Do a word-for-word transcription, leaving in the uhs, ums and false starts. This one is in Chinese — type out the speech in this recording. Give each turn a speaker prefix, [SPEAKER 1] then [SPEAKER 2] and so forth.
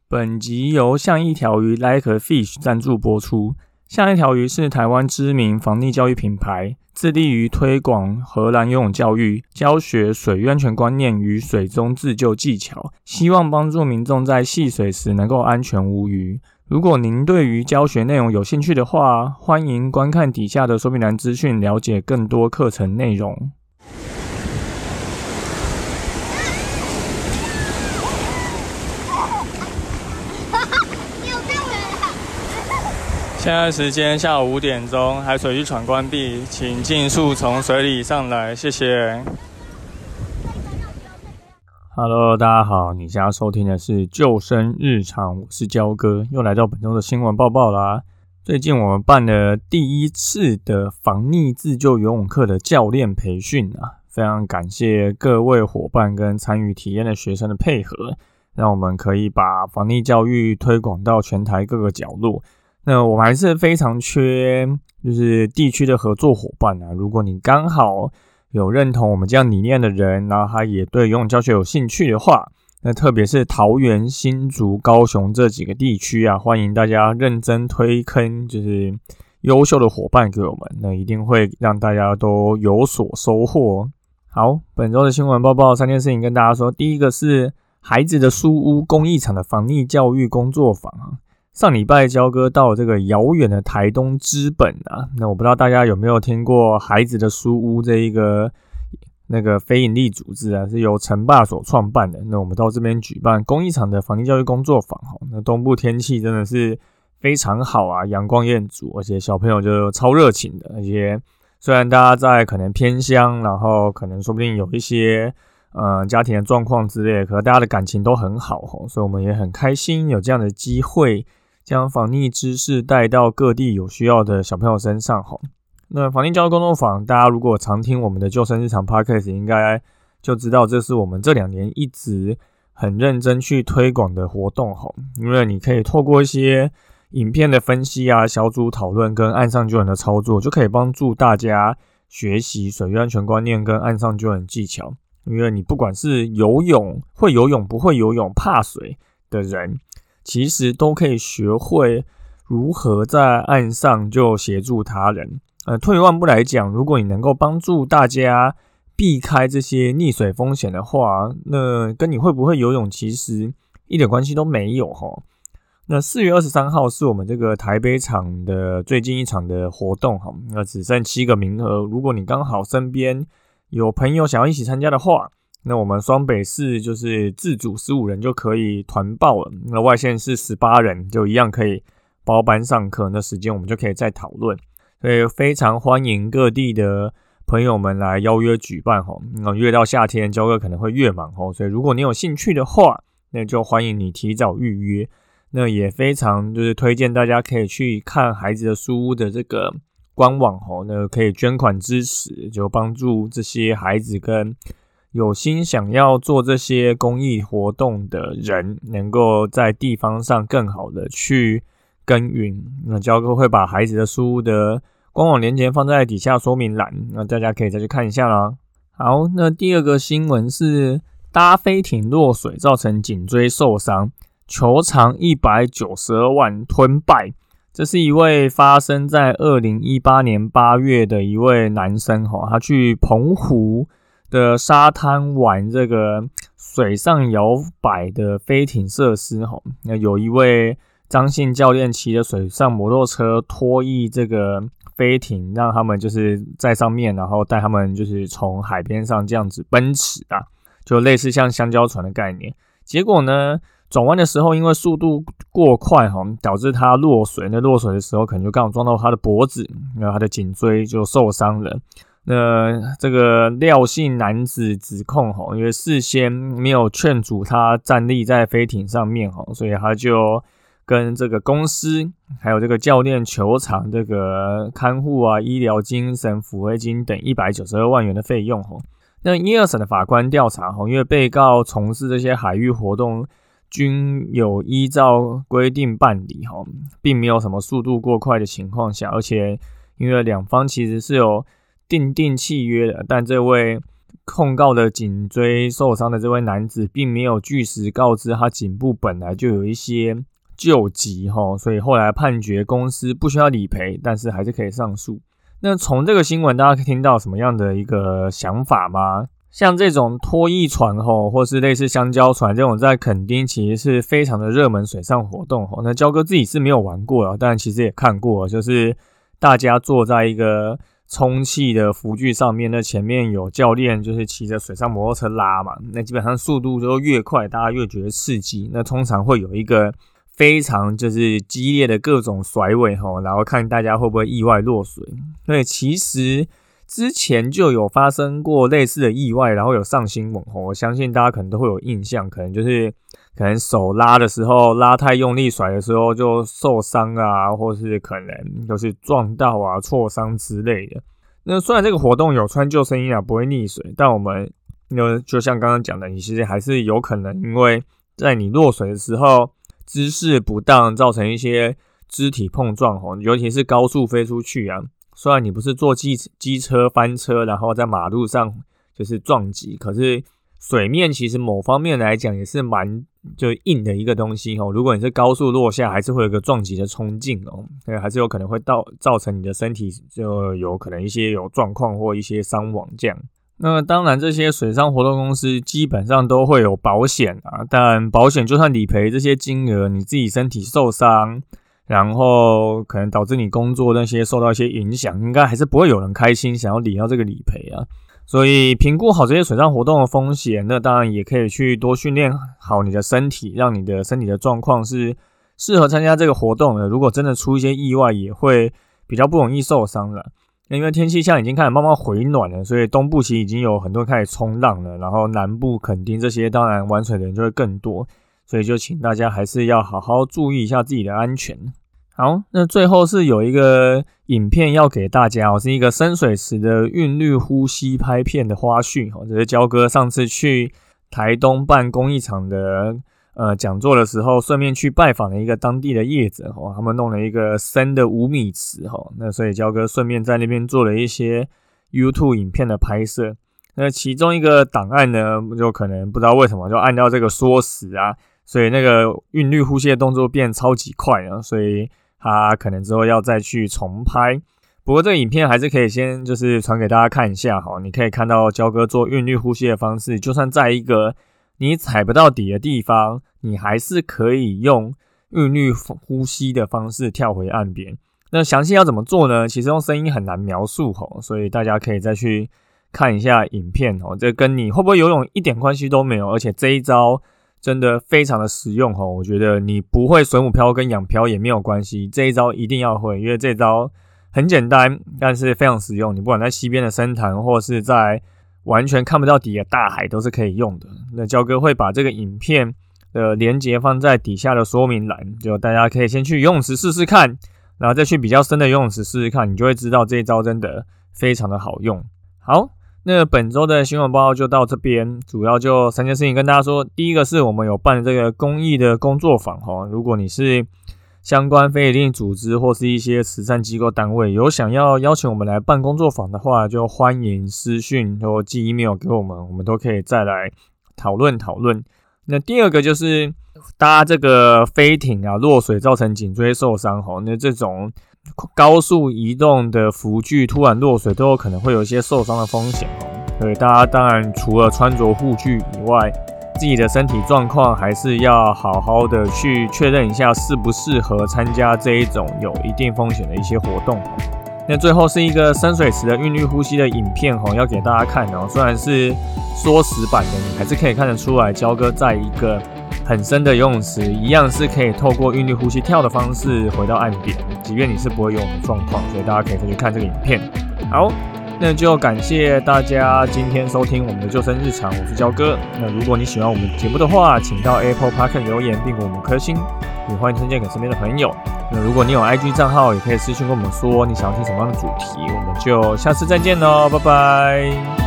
[SPEAKER 1] 本集由像一条鱼 Like a Fish 赞助播出。像一条鱼是台湾知名防溺教育品牌，致力于推广荷兰游泳教育，教学水域安全观念与水中自救技巧，希望帮助民众在戏水时能够安全无虞。如果您对于教学内容有兴趣的话，欢迎观看底下的说明栏资讯，了解更多课程内容。现在时间下午五点钟，海水浴场关闭，请尽速从水里上来，谢谢。Hello， 大家好，你现在收听的是救生日常，我是焦哥，又来到本周的新闻报报啦。最近我们办了第一次的防溺自救游泳课的教练培训啊，非常感谢各位伙伴跟参与体验的学生的配合，让我们可以把防溺教育推广到全台各个角落。那我们还是非常缺就是地区的合作伙伴啊，如果你刚好有认同我们这样理念的人，然后他也对游泳教学有兴趣的话，那特别是桃园、新竹、高雄这几个地区啊，欢迎大家认真推坑就是优秀的伙伴给我们，那一定会让大家都有所收获。好，本周的新闻报报三件事情跟大家说，第一个是孩子的书屋公益场的防溺教育工作坊啊。上礼拜焦哥到了这个遥远的台东知本啊，那我不知道大家有没有听过孩子的书屋这一个那个非营利组织啊，是由陈爸所创办的。那我们到这边举办公益场的防溺教育工作坊，那东部天气真的是非常好啊，阳光艳足，而且小朋友就超热情的，而且虽然大家在可能偏乡，然后可能说不定有一些呃家庭的状况之类的，可是大家的感情都很好，所以我们也很开心有这样的机会将防溺知识带到各地有需要的小朋友身上。那防溺教育工作坊，大家如果常听我们的救生日常 Podcast， 应该就知道这是我们这两年一直很认真去推广的活动。因为你可以透过一些影片的分析啊、小组讨论跟岸上救援的操作，就可以帮助大家学习水域安全观念跟岸上救援技巧。因为你不管是游泳、会游泳、不会游泳、怕水的人，其实都可以学会如何在岸上就协助他人。呃，退一万步来讲，如果你能够帮助大家避开这些溺水风险的话，那跟你会不会游泳其实一点关系都没有齁。那四月二十三号是我们这个台北场的最近一场的活动齁，那只剩七个名额，如果你刚好身边有朋友想要一起参加的话，那我们双北市就是自主十五人就可以团报了，那外县市十八人就一样可以包班上课，那时间我们就可以再讨论。所以非常欢迎各地的朋友们来邀约举办，越到夏天焦哥可能会越忙，所以如果你有兴趣的话，那就欢迎你提早预约。那也非常就是推荐大家可以去看孩子的书屋的这个官网，那可以捐款支持，就帮助这些孩子跟有心想要做这些公益活动的人，能够在地方上更好的去耕耘。那焦哥会把孩子的书屋的官网连结放在底下说明栏，那大家可以再去看一下啦。好，那第二个新闻是搭飞艇落水造成颈椎受伤，求偿一百九十二万吞败。这是一位发生在二零一八年八月的一位男生，他去澎湖的沙滩玩这个水上摇摆的飞艇设施，那有一位张姓教练骑着水上摩托车拖曳这个飞艇，让他们就是在上面，然后带他们就是从海边上这样子奔驰啊，就类似像香蕉船的概念。结果呢，转弯的时候因为速度过快，导致他落水，那落水的时候可能就刚好撞到他的脖子，然后他的颈椎就受伤了。那这个廖姓男子指控，因为事先没有劝阻他站立在飞艇上面，所以他就跟这个公司还有这个教练求偿这个看护啊、医疗、精神抚慰金等一百九十二万元的费用。那一二审的法官调查，因为被告从事这些海域活动均有依照规定办理，并没有什么速度过快的情况下，而且因为两方其实是有订定契约的，但这位控告的颈椎受伤的这位男子并没有据实告知他颈部本来就有一些旧疾，所以后来判决公司不需要理赔，但是还是可以上诉。那从这个新闻大家可以听到什么样的一个想法吗？像这种拖曳船或是类似香蕉船这种在垦丁其实是非常的热门水上活动。那焦哥自己是没有玩过啦，但其实也看过，就是大家坐在一个充气的浮具上面，那前面有教练就是骑着水上摩托车拉嘛，那基本上速度就越快，大家越觉得刺激。那通常会有一个非常就是激烈的各种甩尾，然后看大家会不会意外落水。所以其实之前就有发生过类似的意外，然后有上新闻，我相信大家可能都会有印象，可能就是可能手拉的时候拉太用力，甩的时候就受伤啊，或是可能就是撞到啊、挫伤之类的。那虽然这个活动有穿救生衣啊，不会溺水，但我们就像刚刚讲的，你其实还是有可能因为在你落水的时候姿势不当，造成一些肢体碰撞，尤其是高速飞出去啊。虽然你不是坐机机车翻车，然后在马路上就是撞击，可是水面其实某方面来讲也是蛮就硬的一个东西哦。如果你是高速落下，还是会有一个撞击的冲劲哦，对，还是有可能会到造成你的身体就有可能一些有状况或一些伤亡这样。那当然，这些水上活动公司基本上都会有保险啊，但保险就算理赔这些金额，你自己身体受伤，然后可能导致你工作那些受到一些影响，应该还是不会有人开心想要领到这个理赔啊。所以评估好这些水上活动的风险，那当然也可以去多训练好你的身体，让你的身体的状况是适合参加这个活动的。如果真的出一些意外，也会比较不容易受伤了。因为天气现在已经开始慢慢回暖了，所以东部其实已经有很多人开始冲浪了，然后南部垦丁这些当然玩水的人就会更多，所以就请大家还是要好好注意一下自己的安全。好，那最后是有一个影片要给大家哦，是一个深水池的韵律呼吸拍片的花絮哦，这是焦哥上次去台东办公益场的呃讲座的时候，顺便去拜访了一个当地的业者哦，他们弄了一个深的五米池哦，那所以焦哥顺便在那边做了一些 YouTube 影片的拍摄。那其中一个档案呢，就可能不知道为什么就按照这个缩时啊，所以那个韵律呼吸的动作变超级快啊，所以他可能之后要再去重拍。不过这个影片还是可以先就是传给大家看一下齁，你可以看到焦哥做韵律呼吸的方式，就算在一个你踩不到底的地方，你还是可以用韵律呼吸的方式跳回岸边。那详细要怎么做呢？其实用声音很难描述齁，所以大家可以再去看一下影片齁，这跟你会不会游泳一点关系都没有，而且这一招真的非常的实用齁，我觉得你不会水母漂跟仰漂也没有关系，这一招一定要会，因为这一招很简单，但是非常实用，你不管在溪边的深潭或是在完全看不到底的大海都是可以用的。那焦哥会把这个影片的连结放在底下的说明栏，就大家可以先去游泳池试试看，然后再去比较深的游泳池试试看，你就会知道这一招真的非常的好用。好，那本周的新闻报告就到这边，主要就三件事情跟大家说。第一个是我们有办这个公益的工作坊齁，如果你是相关非营利组织或是一些慈善机构单位有想要邀请我们来办工作坊的话，就欢迎私讯或寄 email 给我们，我们都可以再来讨论讨论。那第二个就是搭这个飞艇啊落水造成颈椎受伤齁，那这种高速移动的浮具突然落水都有可能会有一些受伤的风险哦，所以大家当然除了穿着护具以外，自己的身体状况还是要好好的去确认一下适不适合参加这一种有一定风险的一些活动。那最后是一个深水池的韵律呼吸的影片哦，要给大家看哦，虽然是缩时版的，你还是可以看得出来焦哥在一个很深的游泳池一样是可以透过韵律呼吸跳的方式回到岸边，即便你是不会游泳的状况，所以大家可以再去看这个影片。好，那就感谢大家今天收听我们的救生日常，我是焦哥。那如果你喜欢我们节目的话，请到 Apple Podcast 留言并给我们颗星，也欢迎推荐给身边的朋友。那如果你有 I G 账号，也可以私讯跟我们说你想要听什么样的主题，我们就下次再见咯，拜拜。